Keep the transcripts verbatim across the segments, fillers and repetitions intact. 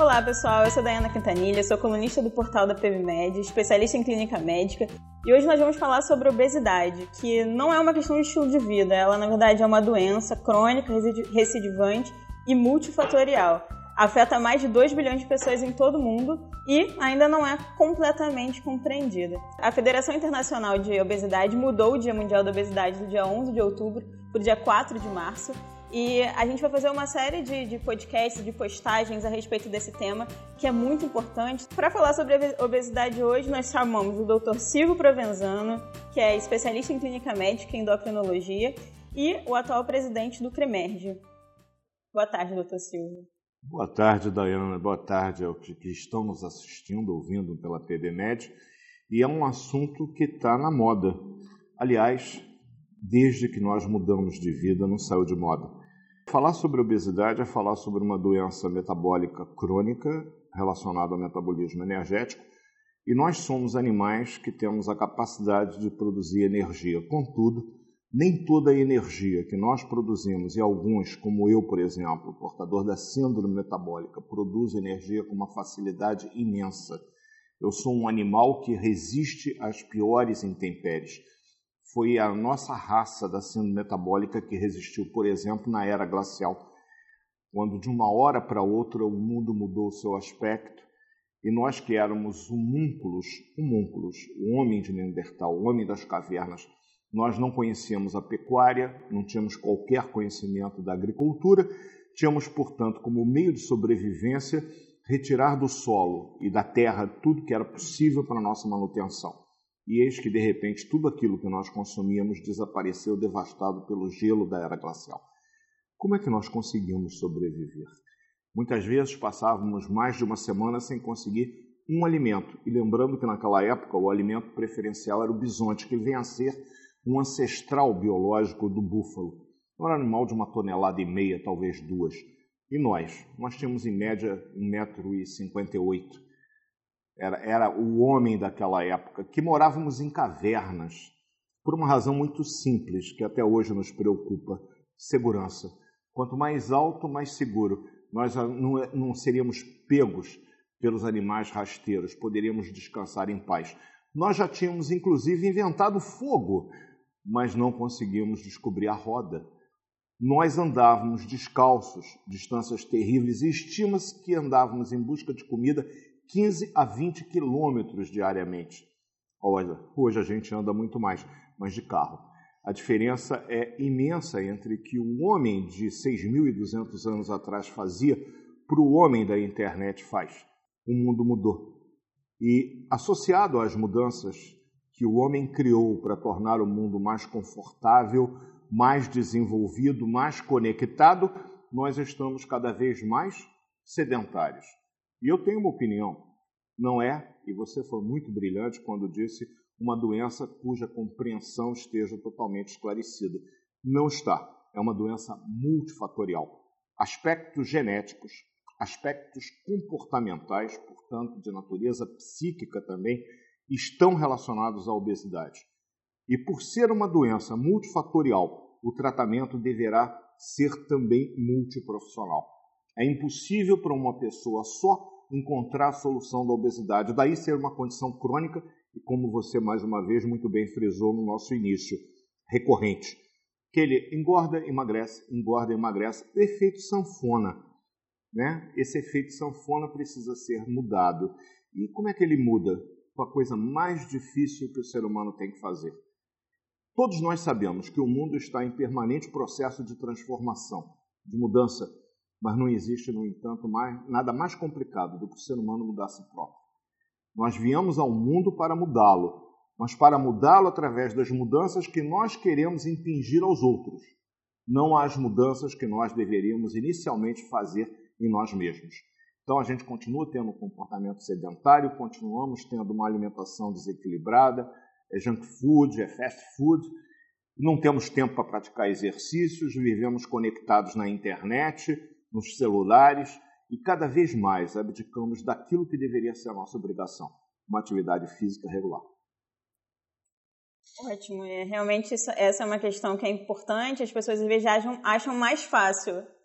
Olá pessoal, eu sou Dayana Quintanilha, sou colunista do portal da PebMed, especialista em clínica médica, e hoje nós vamos falar sobre obesidade, que não é uma questão de estilo de vida, ela na verdade é uma doença crônica, recidivante e multifatorial. Afeta mais de dois bilhões de pessoas em todo o mundo e ainda não é completamente compreendida. A Federação Internacional de Obesidade mudou o Dia Mundial da Obesidade do dia onze de outubro para o dia quatro de março, e a gente vai fazer uma série de, de podcasts, de postagens a respeito desse tema, que é muito importante. Para falar sobre a obesidade hoje, nós chamamos o doutor Silvio Provenzano, que é especialista em clínica médica e endocrinologia, e o atual presidente do CREMERGE. Boa tarde, doutor Silvio. Boa tarde, Dayana. Boa tarde aos que estão nos assistindo, ouvindo pela PebMed. E é um assunto que está na moda. Aliás, desde que nós mudamos de vida, não saiu de moda. Falar sobre obesidade é falar sobre uma doença metabólica crônica relacionada ao metabolismo energético, e nós somos animais que temos a capacidade de produzir energia. Contudo, nem toda a energia que nós produzimos, e alguns, como eu, por exemplo, portador da síndrome metabólica, produz energia com uma facilidade imensa. Eu sou um animal que resiste às piores intempéries. Foi a nossa raça da síndrome metabólica que resistiu, por exemplo, na era glacial, quando de uma hora para outra o mundo mudou o seu aspecto e nós que éramos homúnculos, homúnculos, o homem de Neandertal, o homem das cavernas, nós não conhecíamos a pecuária, não tínhamos qualquer conhecimento da agricultura, tínhamos, portanto, como meio de sobrevivência, retirar do solo e da terra tudo que era possível para a nossa manutenção. E eis que, de repente, tudo aquilo que nós consumíamos desapareceu, devastado pelo gelo da era glacial. Como é que nós conseguimos sobreviver? Muitas vezes passávamos mais de uma semana sem conseguir um alimento. E lembrando que naquela época o alimento preferencial era o bisonte, que vem a ser um ancestral biológico do búfalo. Era um animal de uma tonelada e meia, talvez duas. E nós? Nós tínhamos em média um metro e cinquenta e oito. Era, era o homem daquela época, que morávamos em cavernas, por uma razão muito simples, que até hoje nos preocupa: segurança. Quanto mais alto, mais seguro. Nós não, não seríamos pegos pelos animais rasteiros, poderíamos descansar em paz. Nós já tínhamos, inclusive, inventado fogo, mas não conseguimos descobrir a roda. Nós andávamos descalços, distâncias terríveis, e estima-se que andávamos em busca de comida quinze a vinte quilômetros diariamente. Olha, hoje a gente anda muito mais, mas de carro. A diferença é imensa entre o que o homem de seis mil e duzentos anos atrás fazia para o homem da internet faz. O mundo mudou. E associado às mudanças que o homem criou para tornar o mundo mais confortável, mais desenvolvido, mais conectado, nós estamos cada vez mais sedentários. E eu tenho uma opinião, não é, e você foi muito brilhante quando disse, uma doença cuja compreensão esteja totalmente esclarecida. Não está, é uma doença multifatorial. Aspectos genéticos, aspectos comportamentais, portanto, de natureza psíquica também, estão relacionados à obesidade. E por ser uma doença multifatorial, o tratamento deverá ser também multiprofissional. É impossível para uma pessoa só encontrar a solução da obesidade. Daí ser uma condição crônica e, como você mais uma vez muito bem frisou no nosso início, recorrente. Que ele engorda, emagrece, engorda, emagrece. Efeito sanfona. Né? Esse efeito sanfona precisa ser mudado. E como é que ele muda? Com a coisa mais difícil que o ser humano tem que fazer. Todos nós sabemos que o mundo está em permanente processo de transformação, de mudança. Mas não existe, no entanto, mais, nada mais complicado do que o ser humano mudar a si próprio. Nós viemos ao mundo para mudá-lo, mas para mudá-lo através das mudanças que nós queremos impingir aos outros, não às mudanças que nós deveríamos inicialmente fazer em nós mesmos. Então a gente continua tendo um comportamento sedentário, continuamos tendo uma alimentação desequilibrada, é junk food, é fast food, não temos tempo para praticar exercícios, vivemos conectados na internet, nos celulares, e cada vez mais abdicamos daquilo que deveria ser a nossa obrigação, uma atividade física regular. Ótimo, é, realmente isso, essa é uma questão que é importante, as pessoas às vezes acham, acham mais fácil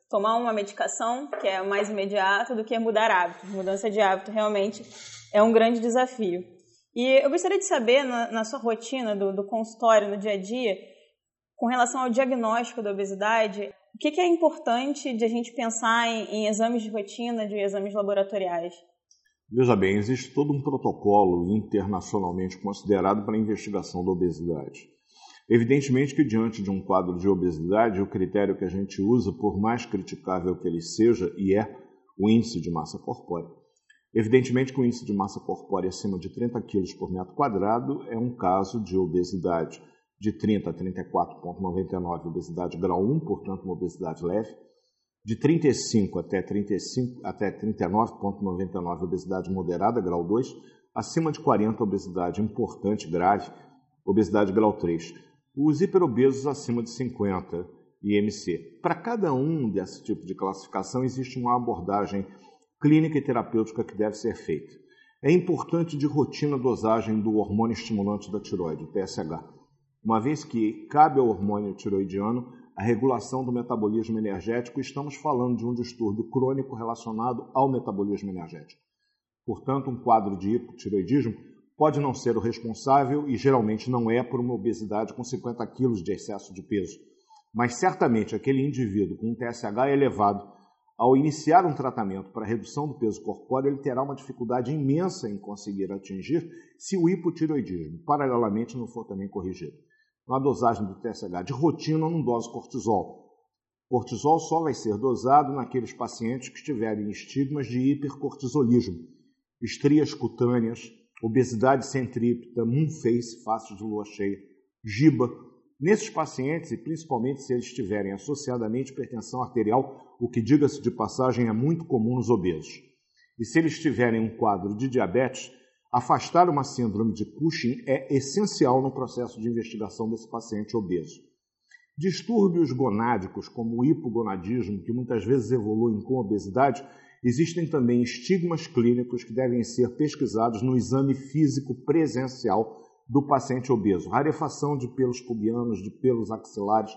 tomar uma medicação, que é mais imediato, do que mudar hábitos. Mudança de hábito realmente é um grande desafio. E eu gostaria de saber, na, na sua rotina do, do consultório, no dia a dia, com relação ao diagnóstico da obesidade, o que, que é importante de a gente pensar em, em exames de rotina, de exames laboratoriais? Veja bem, existe todo um protocolo internacionalmente considerado para a investigação da obesidade. Evidentemente que diante de um quadro de obesidade, o critério que a gente usa, por mais criticável que ele seja, e é o índice de massa corpórea. Evidentemente que o índice de massa corpórea acima de trinta quilos por metro quadrado é um caso de obesidade. De trinta a trinta e quatro vírgula noventa e nove, obesidade grau um, portanto uma obesidade leve. De trinta e cinco até trinta e cinco até trinta e nove vírgula noventa e nove, obesidade moderada, grau dois. Acima de quarenta, obesidade importante, grave, obesidade grau três. Os hiperobesos acima de cinquenta, I M C. Para cada um desse tipo de classificação, existe uma abordagem clínica e terapêutica que deve ser feita. É importante de rotina a dosagem do hormônio estimulante da tireoide, o T S H. Uma vez que cabe ao hormônio tiroidiano a regulação do metabolismo energético, estamos falando de um distúrbio crônico relacionado ao metabolismo energético. Portanto, um quadro de hipotireoidismo pode não ser o responsável e geralmente não é por uma obesidade com cinquenta quilos de excesso de peso. Mas certamente aquele indivíduo com um T S H elevado, ao iniciar um tratamento para redução do peso corpóreo, ele terá uma dificuldade imensa em conseguir atingir se o hipotireoidismo, paralelamente, não for também corrigido. Na dosagem do T S H de rotina, não dose cortisol. Cortisol só vai ser dosado naqueles pacientes que tiverem estigmas de hipercortisolismo, estrias cutâneas, obesidade centrípeta, moon face, face de lua cheia, giba. Nesses pacientes, e principalmente se eles tiverem associadamente hipertensão arterial, o que, diga-se de passagem, é muito comum nos obesos. E se eles tiverem um quadro de diabetes, afastar uma síndrome de Cushing é essencial no processo de investigação desse paciente obeso. Distúrbios gonádicos, como o hipogonadismo, que muitas vezes evoluem com obesidade, existem também estigmas clínicos que devem ser pesquisados no exame físico presencial do paciente obeso. Rarefação de pelos pubianos, de pelos axilares,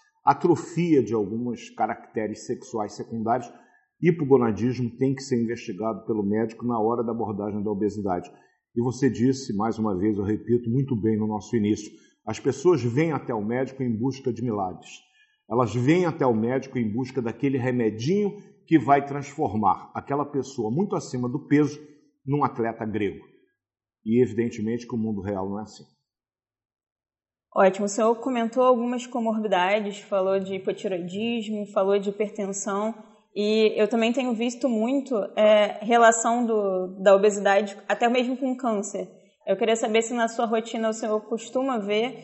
atrofia de alguns caracteres sexuais secundários. Hipogonadismo tem que ser investigado pelo médico na hora da abordagem da obesidade. E você disse, mais uma vez, eu repito muito bem no nosso início, as pessoas vêm até o médico em busca de milagres. Elas vêm até o médico em busca daquele remedinho que vai transformar aquela pessoa muito acima do peso num atleta grego. E evidentemente que o mundo real não é assim. Ótimo, o senhor comentou algumas comorbidades, falou de hipotireoidismo, falou de hipertensão, e eu também tenho visto muito é, relação do, da obesidade até mesmo com câncer. Eu queria saber se na sua rotina o senhor costuma ver,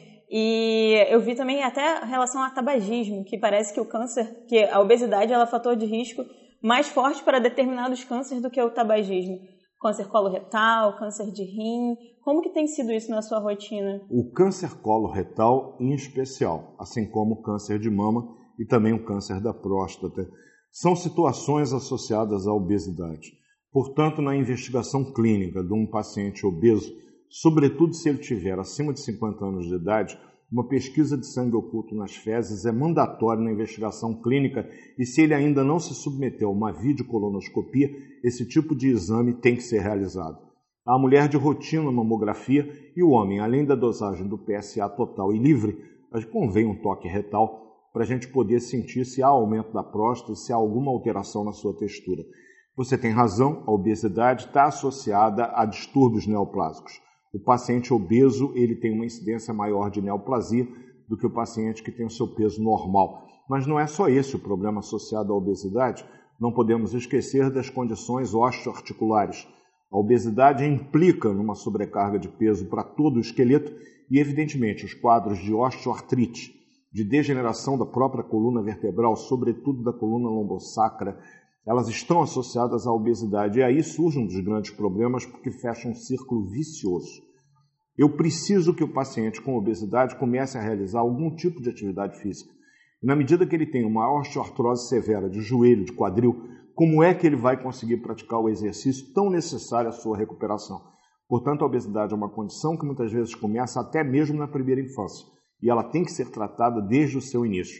e eu vi também até relação ao tabagismo, que parece que o câncer, que a obesidade ela é fator de risco mais forte para determinados cânceres do que o tabagismo. Câncer coloretal, câncer de rim, como que tem sido isso na sua rotina? O câncer coloretal em especial, assim como o câncer de mama e também o câncer da próstata, são situações associadas à obesidade. Portanto, na investigação clínica de um paciente obeso, sobretudo se ele tiver acima de cinquenta anos de idade, uma pesquisa de sangue oculto nas fezes é mandatória na investigação clínica e se ele ainda não se submeteu a uma videocolonoscopia, esse tipo de exame tem que ser realizado. A mulher de rotina, mamografia, e o homem, além da dosagem do P S A total e livre, convém um toque retal para a gente poder sentir se há aumento da próstata, se há alguma alteração na sua textura. Você tem razão, a obesidade está associada a distúrbios neoplásicos. O paciente obeso ele tem uma incidência maior de neoplasia do que o paciente que tem o seu peso normal. Mas não é só esse o problema associado à obesidade. Não podemos esquecer das condições osteoarticulares. A obesidade implica numa sobrecarga de peso para todo o esqueleto e, evidentemente, os quadros de osteoartrite, de degeneração da própria coluna vertebral, sobretudo da coluna lombosacra, elas estão associadas à obesidade. E aí surge um dos grandes problemas porque fecha um círculo vicioso. Eu preciso que o paciente com obesidade comece a realizar algum tipo de atividade física. E na medida que ele tem uma osteoartrose severa de joelho, de quadril, como é que ele vai conseguir praticar o exercício tão necessário à sua recuperação? Portanto, a obesidade é uma condição que muitas vezes começa até mesmo na primeira infância. E ela tem que ser tratada desde o seu início.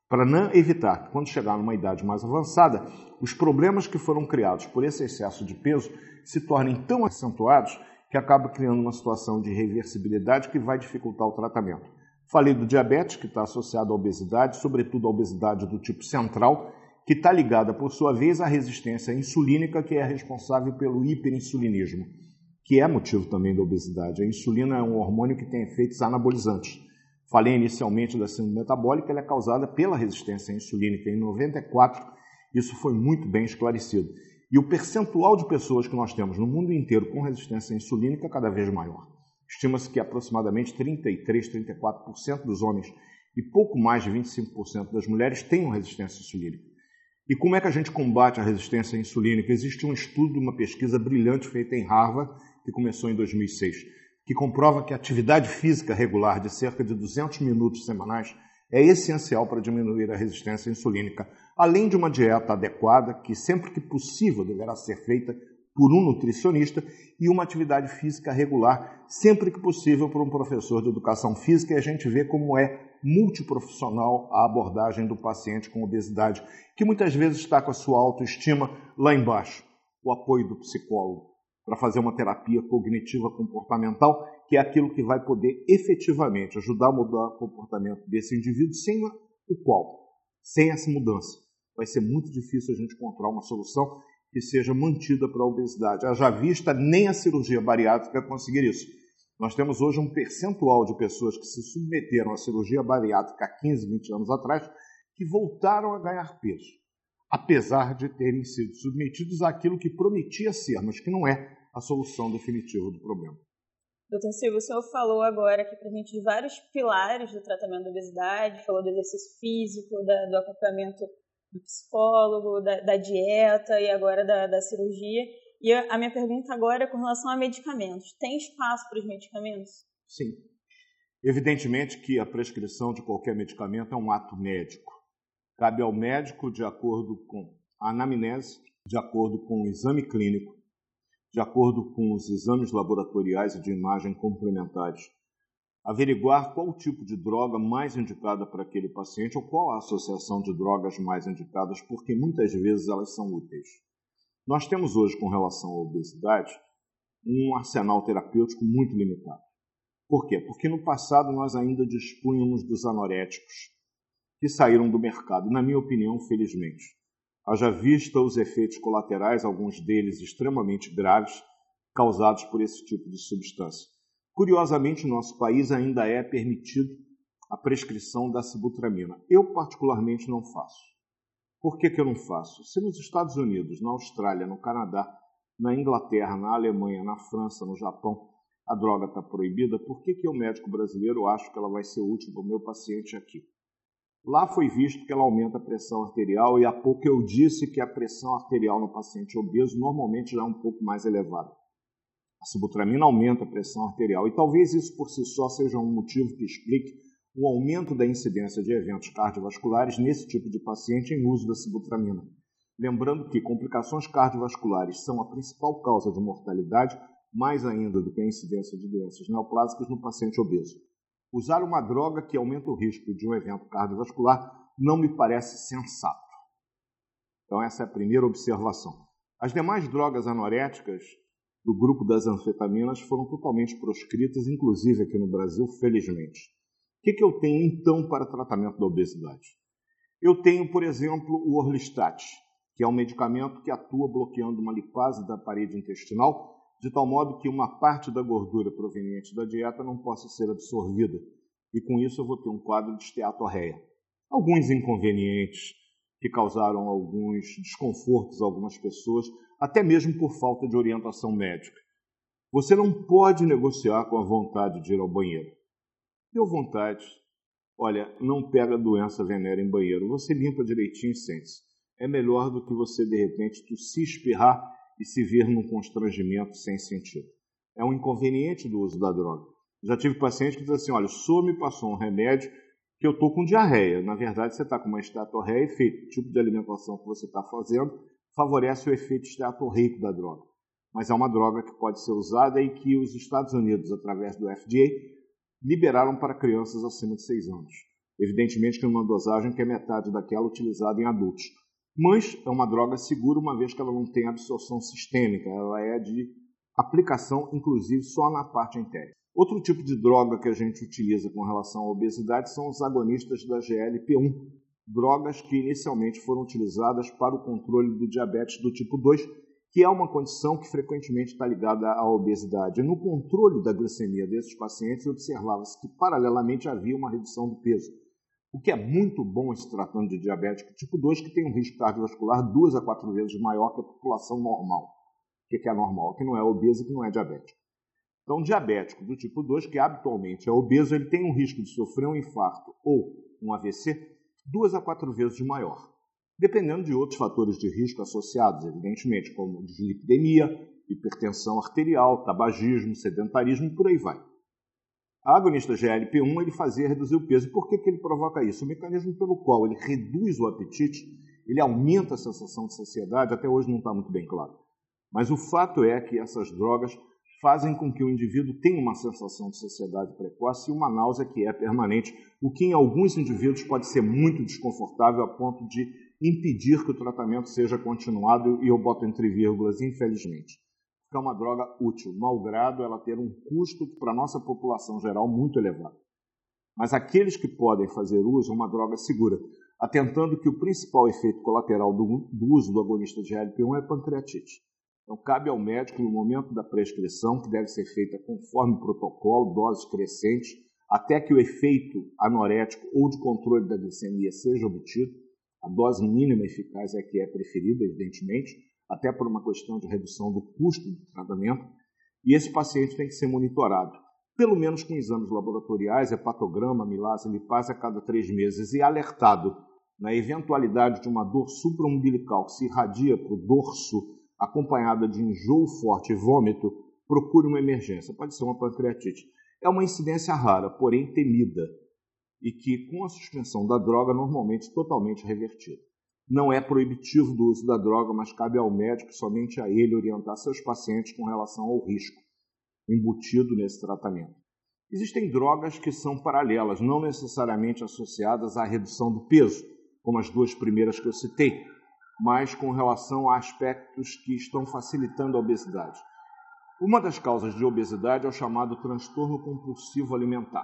para não evitar que, quando chegar numa idade mais avançada, os problemas que foram criados por esse excesso de peso se tornem tão acentuados que acaba criando uma situação de reversibilidade que vai dificultar o tratamento. Falei do diabetes, que está associado à obesidade, sobretudo à obesidade do tipo central, que está ligada, por sua vez, à resistência insulínica, que é responsável pelo hiperinsulinismo, que é motivo também da obesidade. A insulina é um hormônio que tem efeitos anabolizantes. Falei inicialmente da síndrome metabólica, ela é causada pela resistência insulínica. Em noventa e quatro, isso foi muito bem esclarecido. E o percentual de pessoas que nós temos no mundo inteiro com resistência insulínica é cada vez maior. Estima-se que aproximadamente trinta e três, trinta e quatro por cento dos homens e pouco mais de vinte e cinco por cento das mulheres tenham resistência insulínica. E como é que a gente combate a resistência insulínica? Existe um estudo, uma pesquisa brilhante feita em Harvard, que começou em dois mil e seis, que comprova que a atividade física regular de cerca de duzentos minutos semanais é essencial para diminuir a resistência insulínica, além de uma dieta adequada, que sempre que possível deverá ser feita por um nutricionista, e uma atividade física regular, sempre que possível, por um professor de educação física, e a gente vê como é multiprofissional a abordagem do paciente com obesidade, que muitas vezes está com a sua autoestima lá embaixo. O apoio do psicólogo para fazer uma terapia cognitiva comportamental, que é aquilo que vai poder efetivamente ajudar a mudar o comportamento desse indivíduo, sem o qual, sem essa mudança, vai ser muito difícil a gente encontrar uma solução que seja mantida para a obesidade. Haja vista, nem a cirurgia bariátrica conseguir isso. Nós temos hoje um percentual de pessoas que se submeteram à cirurgia bariátrica há quinze, vinte anos atrás, que voltaram a ganhar peso, apesar de terem sido submetidos àquilo que prometia ser, mas que não é a solução definitiva do problema. doutor Silvio, o senhor falou agora aqui para a gente de vários pilares do tratamento da obesidade, falou do exercício físico, da, do acompanhamento do psicólogo, da, da dieta e agora da, da cirurgia. E a minha pergunta agora é com relação a medicamentos. Tem espaço para os medicamentos? Sim. Evidentemente que a prescrição de qualquer medicamento é um ato médico. Cabe ao médico, de acordo com a anamnese, de acordo com o exame clínico, de acordo com os exames laboratoriais e de imagem complementares, averiguar qual o tipo de droga mais indicada para aquele paciente ou qual a associação de drogas mais indicadas, porque muitas vezes elas são úteis. Nós temos hoje, com relação à obesidade, um arsenal terapêutico muito limitado. Por quê? Porque no passado nós ainda dispunhamos dos anoréticos, que saíram do mercado, na minha opinião, felizmente. Haja vista os efeitos colaterais, alguns deles extremamente graves, causados por esse tipo de substância. Curiosamente, no nosso país ainda é permitido a prescrição da sibutramina. Eu, particularmente, não faço. Por que que eu não faço? Se nos Estados Unidos, na Austrália, no Canadá, na Inglaterra, na Alemanha, na França, no Japão, a droga está proibida, por que que eu, médico brasileiro, acho que ela vai ser útil para o meu paciente aqui? Lá foi visto que ela aumenta a pressão arterial e há pouco eu disse que a pressão arterial no paciente obeso normalmente já é um pouco mais elevada. A sibutramina aumenta a pressão arterial e talvez isso por si só seja um motivo que explique o aumento da incidência de eventos cardiovasculares nesse tipo de paciente em uso da sibutramina. Lembrando que complicações cardiovasculares são a principal causa de mortalidade, mais ainda do que a incidência de doenças neoplásicas no paciente obeso. Usar uma droga que aumenta o risco de um evento cardiovascular não me parece sensato. Então essa é a primeira observação. As demais drogas anoréticas do grupo das anfetaminas foram totalmente proscritas, inclusive aqui no Brasil, felizmente. O que que eu tenho então para tratamento da obesidade? Eu tenho, por exemplo, o Orlistat, que é um medicamento que atua bloqueando uma lipase da parede intestinal, de tal modo que uma parte da gordura proveniente da dieta não possa ser absorvida. E com isso eu vou ter um quadro de esteatorreia. Alguns inconvenientes que causaram alguns desconfortos a algumas pessoas, até mesmo por falta de orientação médica. Você não pode negociar com a vontade de ir ao banheiro. Deu vontade. Olha, não pega doença venérea em banheiro. Você limpa direitinho e sente-se. É melhor do que você, de repente, tossir, espirrar e se ver num constrangimento sem sentido. É um inconveniente do uso da droga. Já tive paciente que diz assim, olha, o senhor me passou um remédio que eu estou com diarreia. Na verdade, você está com uma esteatorreia e feito. O tipo de alimentação que você está fazendo favorece o efeito esteatorreico da droga. Mas é uma droga que pode ser usada e que os Estados Unidos, através do F D A, liberaram para crianças acima de seis anos. Evidentemente que numa dosagem que é metade daquela utilizada em adultos. Mas é uma droga segura, uma vez que ela não tem absorção sistêmica, ela é de aplicação, inclusive, só na parte entérica. Outro tipo de droga que a gente utiliza com relação à obesidade são os agonistas da G L P um, drogas que inicialmente foram utilizadas para o controle do diabetes do tipo dois, que é uma condição que frequentemente está ligada à obesidade. No controle da glicemia desses pacientes, observava-se que, paralelamente, havia uma redução do peso, o que é muito bom se tratando de diabético tipo dois, que tem um risco cardiovascular duas a quatro vezes maior que a população normal. O que é normal? Que não é obeso, que não é diabético. Então, diabético do tipo dois, que habitualmente é obeso, ele tem um risco de sofrer um infarto ou um A V C duas a quatro vezes maior, dependendo de outros fatores de risco associados, evidentemente, como dislipidemia, hipertensão arterial, tabagismo, sedentarismo e por aí vai. A agonista G L P um ele fazia reduzir o peso. Por que, que ele provoca isso? O mecanismo pelo qual ele reduz o apetite, ele aumenta a sensação de saciedade, até hoje não está muito bem claro. Mas o fato é que essas drogas fazem com que o indivíduo tenha uma sensação de saciedade precoce e uma náusea que é permanente, o que em alguns indivíduos pode ser muito desconfortável a ponto de impedir que o tratamento seja continuado, e eu boto entre vírgulas, infelizmente. Porque é uma droga útil, malgrado ela ter um custo para a nossa população geral muito elevado. Mas aqueles que podem fazer uso, é uma droga segura, atentando que o principal efeito colateral do, do uso do agonista de G L P um é pancreatite. Então, cabe ao médico, no momento da prescrição, que deve ser feita conforme o protocolo, doses crescentes, até que o efeito anorético ou de controle da glicemia seja obtido. A dose mínima eficaz é que é preferida, evidentemente, até por uma questão de redução do custo do tratamento. E esse paciente tem que ser monitorado, pelo menos com exames laboratoriais, hepatograma, amilase, lipase a cada três meses, e alertado na eventualidade de uma dor supraumbilical que se irradia para o dorso, acompanhada de enjoo forte e vômito, procure uma emergência. Pode ser uma pancreatite. É uma incidência rara, porém temida, e que, com a suspensão da droga, normalmente totalmente revertida. Não é proibitivo do uso da droga, mas cabe ao médico, somente a ele, orientar seus pacientes com relação ao risco embutido nesse tratamento. Existem drogas que são paralelas, não necessariamente associadas à redução do peso, como as duas primeiras que eu citei, mas com relação a aspectos que estão facilitando a obesidade. Uma das causas de obesidade é o chamado transtorno compulsivo alimentar.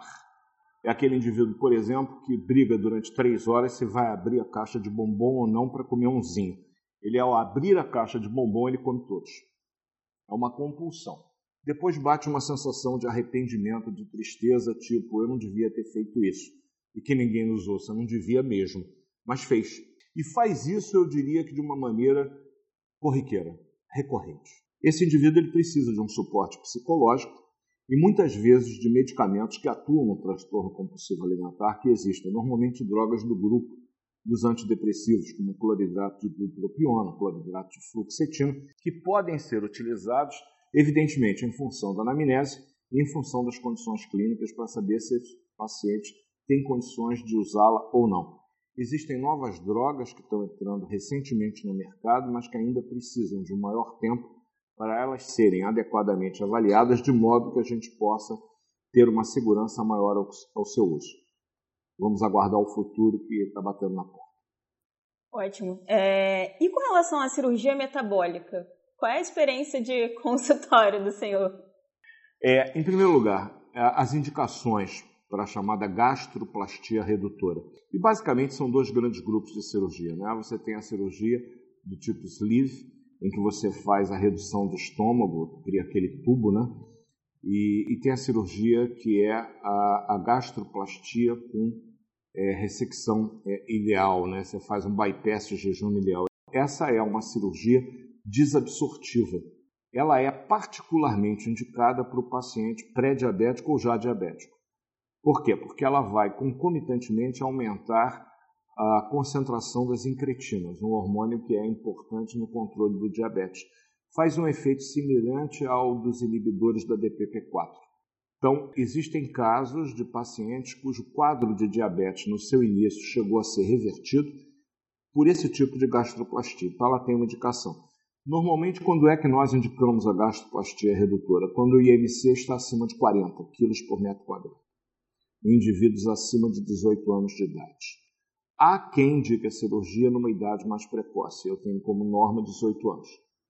É aquele indivíduo, por exemplo, que briga durante três horas se vai abrir a caixa de bombom ou não para comer umzinho. Ele, ao abrir a caixa de bombom, ele come todos. É uma compulsão. Depois bate uma sensação de arrependimento, de tristeza, tipo, eu não devia ter feito isso. E que ninguém nos ouça, não devia mesmo, mas fez. E faz isso, eu diria que de uma maneira corriqueira, recorrente. Esse indivíduo ele precisa de um suporte psicológico e muitas vezes de medicamentos que atuam no transtorno compulsivo alimentar que existem, normalmente drogas do grupo dos antidepressivos, como cloridrato de bupropiona, cloridrato de fluoxetina, que podem ser utilizados, evidentemente, em função da anamnese e em função das condições clínicas para saber se o paciente tem condições de usá-la ou não. Existem novas drogas que estão entrando recentemente no mercado, mas que ainda precisam de um maior tempo para elas serem adequadamente avaliadas, de modo que a gente possa ter uma segurança maior ao, ao seu uso. Vamos aguardar o futuro que está batendo na porta. Ótimo. É... E com relação à cirurgia metabólica, qual é a experiência de consultório do senhor? É, em primeiro lugar, as indicações para a chamada gastroplastia redutora. E basicamente são dois grandes grupos de cirurgia, né? Você tem a cirurgia do tipo sleeve, em que você faz a redução do estômago, cria aquele tubo, né? E, e tem a cirurgia que é a, a gastroplastia com é, ressecção é, ileal, né? Você faz um bypass de jejum ileal. Essa é uma cirurgia desabsortiva. Ela é particularmente indicada para o paciente pré-diabético ou já diabético. Por quê? Porque ela vai concomitantemente aumentar a concentração das incretinas, um hormônio que é importante no controle do diabetes. Faz um efeito semelhante ao dos inibidores da D P P quatro. Então, existem casos de pacientes cujo quadro de diabetes no seu início chegou a ser revertido por esse tipo de gastroplastia. Então, ela tem uma indicação. Normalmente, quando é que nós indicamos a gastroplastia redutora? Quando o I M C está acima de quarenta quilos por metro quadrado. em indivíduos acima de dezoito anos de idade. Há quem indique a cirurgia numa idade mais precoce. Eu tenho como norma dezoito anos.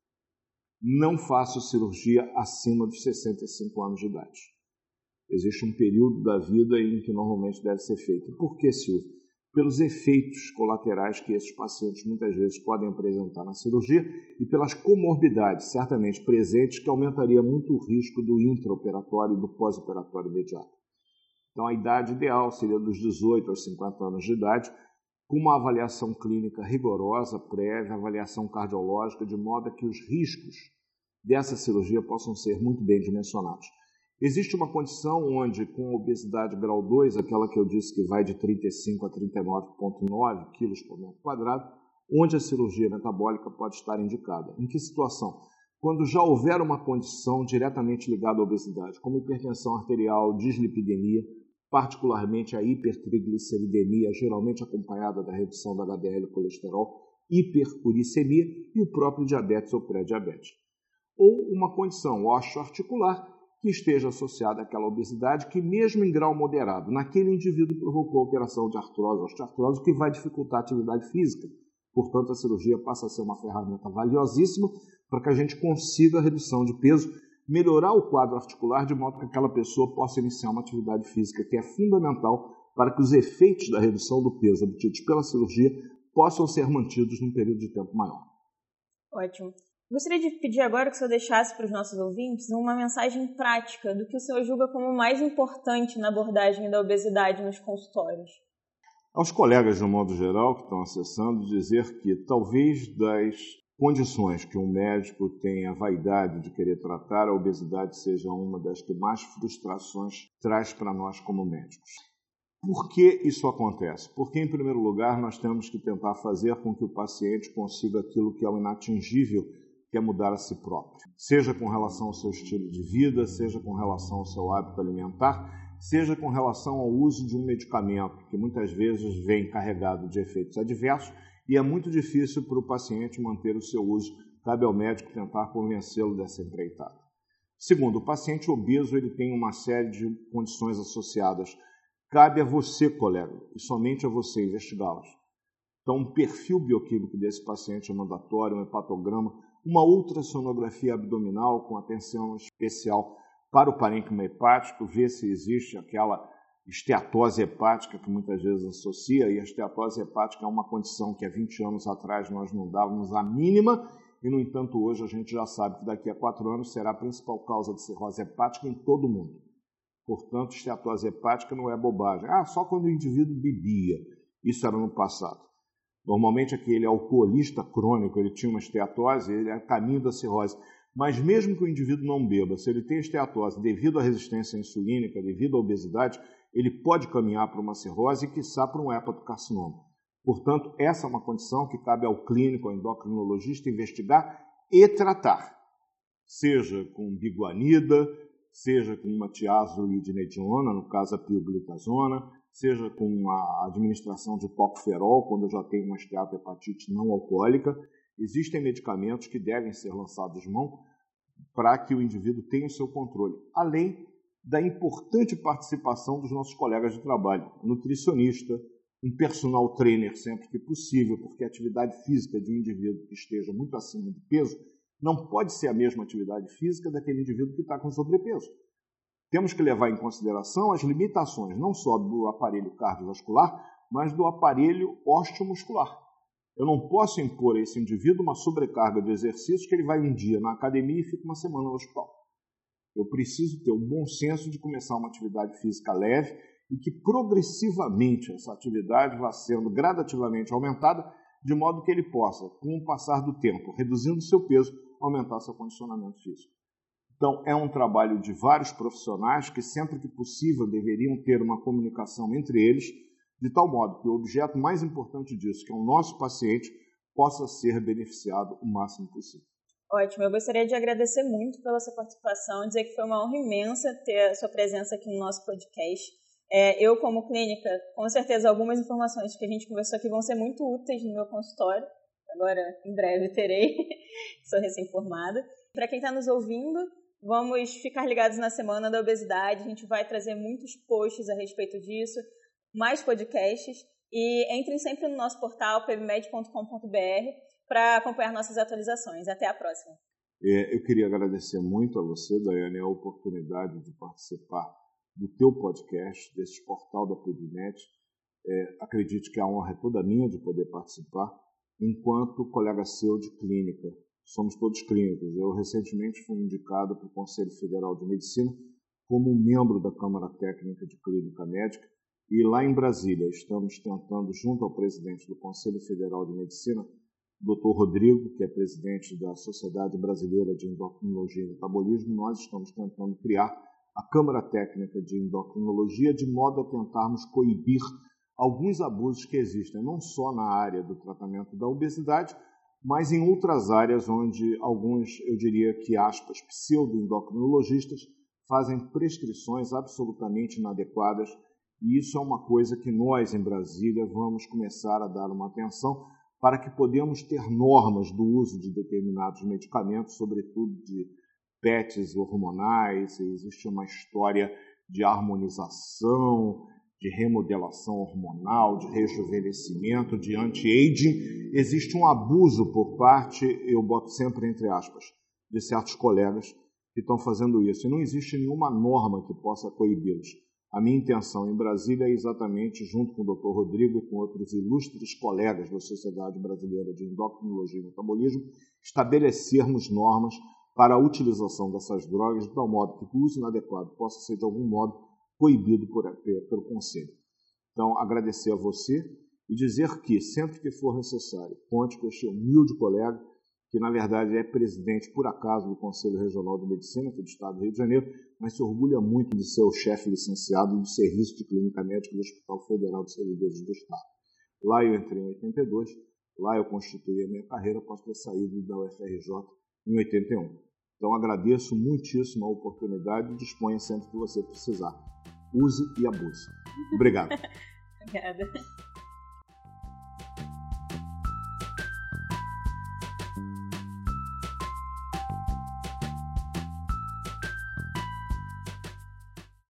Não faço cirurgia acima dos sessenta e cinco anos de idade. Existe um período da vida em que normalmente deve ser feito. Por que, Silvio? Pelos efeitos colaterais que esses pacientes muitas vezes podem apresentar na cirurgia e pelas comorbidades certamente presentes que aumentaria muito o risco do intraoperatório e do pós-operatório imediato. Então a idade ideal seria dos dezoito aos cinquenta anos de idade, com uma avaliação clínica rigorosa, prévia, avaliação cardiológica, de modo que os riscos dessa cirurgia possam ser muito bem dimensionados. Existe uma condição onde, com obesidade grau dois, aquela que eu disse que vai de trinta e cinco a trinta e nove vírgula nove quilos por metro quadrado, onde a cirurgia metabólica pode estar indicada. Em que situação? Quando já houver uma condição diretamente ligada à obesidade, como hipertensão arterial, dislipidemia, particularmente a hipertrigliceridemia, geralmente acompanhada da redução da H D L colesterol, hiperuricemia e o próprio diabetes ou pré-diabetes. Ou uma condição osteoarticular que esteja associada àquela obesidade que, mesmo em grau moderado, naquele indivíduo provocou alteração de artrose, osteoartrose, que vai dificultar a atividade física. Portanto, a cirurgia passa a ser uma ferramenta valiosíssima para que a gente consiga a redução de peso, melhorar o quadro articular de modo que aquela pessoa possa iniciar uma atividade física que é fundamental para que os efeitos da redução do peso obtidos pela cirurgia possam ser mantidos num período de tempo maior. Ótimo. Gostaria de pedir agora que o senhor deixasse para os nossos ouvintes uma mensagem prática do que o senhor julga como mais importante na abordagem da obesidade nos consultórios. Aos colegas, de um modo geral, que estão acessando, dizer que talvez das condições que um médico tem a vaidade de querer tratar, a obesidade seja uma das que mais frustrações traz para nós como médicos. Por que isso acontece? Porque, em primeiro lugar, nós temos que tentar fazer com que o paciente consiga aquilo que é o inatingível, que é mudar a si próprio. Seja com relação ao seu estilo de vida, seja com relação ao seu hábito alimentar, seja com relação ao uso de um medicamento, que muitas vezes vem carregado de efeitos adversos e é muito difícil para o paciente manter o seu uso. Cabe ao médico tentar convencê-lo dessa empreitada. Segundo, o paciente obeso ele tem uma série de condições associadas. Cabe a você, colega, e somente a você investigá-las. Então, um perfil bioquímico desse paciente é mandatório, um hepatograma, uma ultrassonografia abdominal com atenção especial para o parênquima hepático, ver se existe aquela esteatose hepática que muitas vezes associa, e a esteatose hepática é uma condição que há vinte anos atrás nós não dávamos a mínima, e no entanto hoje a gente já sabe que daqui a quatro anos será a principal causa de cirrose hepática em todo o mundo. Portanto, esteatose hepática não é bobagem. Ah, só quando o indivíduo bebia. Isso era no passado. Normalmente aquele alcoolista crônico, ele tinha uma esteatose, ele é a caminho da cirrose. Mas mesmo que o indivíduo não beba, se ele tem esteatose devido à resistência insulínica, devido à obesidade, ele pode caminhar para uma cirrose e, quiçá, para um hepatocarcinoma. Portanto, essa é uma condição que cabe ao clínico, ao endocrinologista, investigar e tratar. Seja com biguanida, seja com uma tiazolidinediona, no caso a pioglitazona, seja com a administração de tocoferol, quando eu já tenho uma esteatohepatite não alcoólica. Existem medicamentos que devem ser lançados mão para que o indivíduo tenha o seu controle, além da importante participação dos nossos colegas de trabalho, nutricionista, um personal trainer sempre que possível, porque a atividade física de um indivíduo que esteja muito acima do peso não pode ser a mesma atividade física daquele indivíduo que está com sobrepeso. Temos que levar em consideração as limitações, não só do aparelho cardiovascular, mas do aparelho osteomuscular. Eu não posso impor a esse indivíduo uma sobrecarga de exercícios que ele vai um dia na academia e fica uma semana no hospital. Eu preciso ter o bom senso de começar uma atividade física leve e que progressivamente essa atividade vá sendo gradativamente aumentada, de modo que ele possa, com o passar do tempo, reduzindo seu peso, aumentar seu condicionamento físico. Então, é um trabalho de vários profissionais que, sempre que possível, deveriam ter uma comunicação entre eles, de tal modo que o objeto mais importante disso, que é o nosso paciente, possa ser beneficiado o máximo possível. Ótimo, eu gostaria de agradecer muito pela sua participação, dizer que foi uma honra imensa ter a sua presença aqui no nosso podcast. É, eu, como clínica, com certeza algumas informações que a gente conversou aqui vão ser muito úteis no meu consultório. Agora, em breve, terei, sou recém-formada. Para quem está nos ouvindo, Vamos ficar ligados na Semana da Obesidade, a gente vai trazer muitos posts a respeito disso, mais podcasts, e entrem sempre no nosso portal p b med ponto com ponto b r para acompanhar nossas atualizações. Até a próxima. É, eu queria agradecer muito a você, Daiane, a oportunidade de participar do teu podcast, desse portal da PebMed. É, acredito que a honra é toda minha de poder participar, enquanto colega seu de clínica. Somos todos clínicos. Eu recentemente fui indicado para o Conselho Federal de Medicina como membro da Câmara Técnica de Clínica Médica e lá em Brasília estamos tentando, junto ao presidente do Conselho Federal de Medicina, doutor Rodrigo, que é presidente da Sociedade Brasileira de Endocrinologia e Metabolismo, nós estamos tentando criar a Câmara Técnica de Endocrinologia de modo a tentarmos coibir alguns abusos que existem, não só na área do tratamento da obesidade, mas em outras áreas onde alguns, eu diria que aspas, pseudo-endocrinologistas fazem prescrições absolutamente inadequadas, e isso é uma coisa que nós, em Brasília, vamos começar a dar uma atenção para que podemos ter normas do uso de determinados medicamentos, sobretudo de P E Ts hormonais. Existe uma história de harmonização, de remodelação hormonal, de rejuvenescimento, de anti-aging. Existe um abuso por parte, eu boto sempre entre aspas, de certos colegas que estão fazendo isso. E não existe nenhuma norma que possa coibi-los. A minha intenção em Brasília é exatamente, junto com o doutor Rodrigo e com outros ilustres colegas da Sociedade Brasileira de Endocrinologia e Metabolismo, estabelecermos normas para a utilização dessas drogas de tal modo que o uso inadequado possa ser, de algum modo, coibido por, pelo Conselho. Então, agradecer a você e dizer que, sempre que for necessário, conte com este humilde colega, que na verdade é presidente, por acaso, do Conselho Regional de Medicina, aqui do Estado do Rio de Janeiro, mas se orgulha muito de ser o chefe licenciado do Serviço de Clínica Médica do Hospital Federal de Servidores do Estado. Lá eu entrei em oitenta e dois, lá eu constituí a minha carreira após ter saído da U F R J em oitenta e um. Então agradeço muitíssimo a oportunidade e disponha sempre que você precisar. Use e abuse. Obrigado. Obrigada.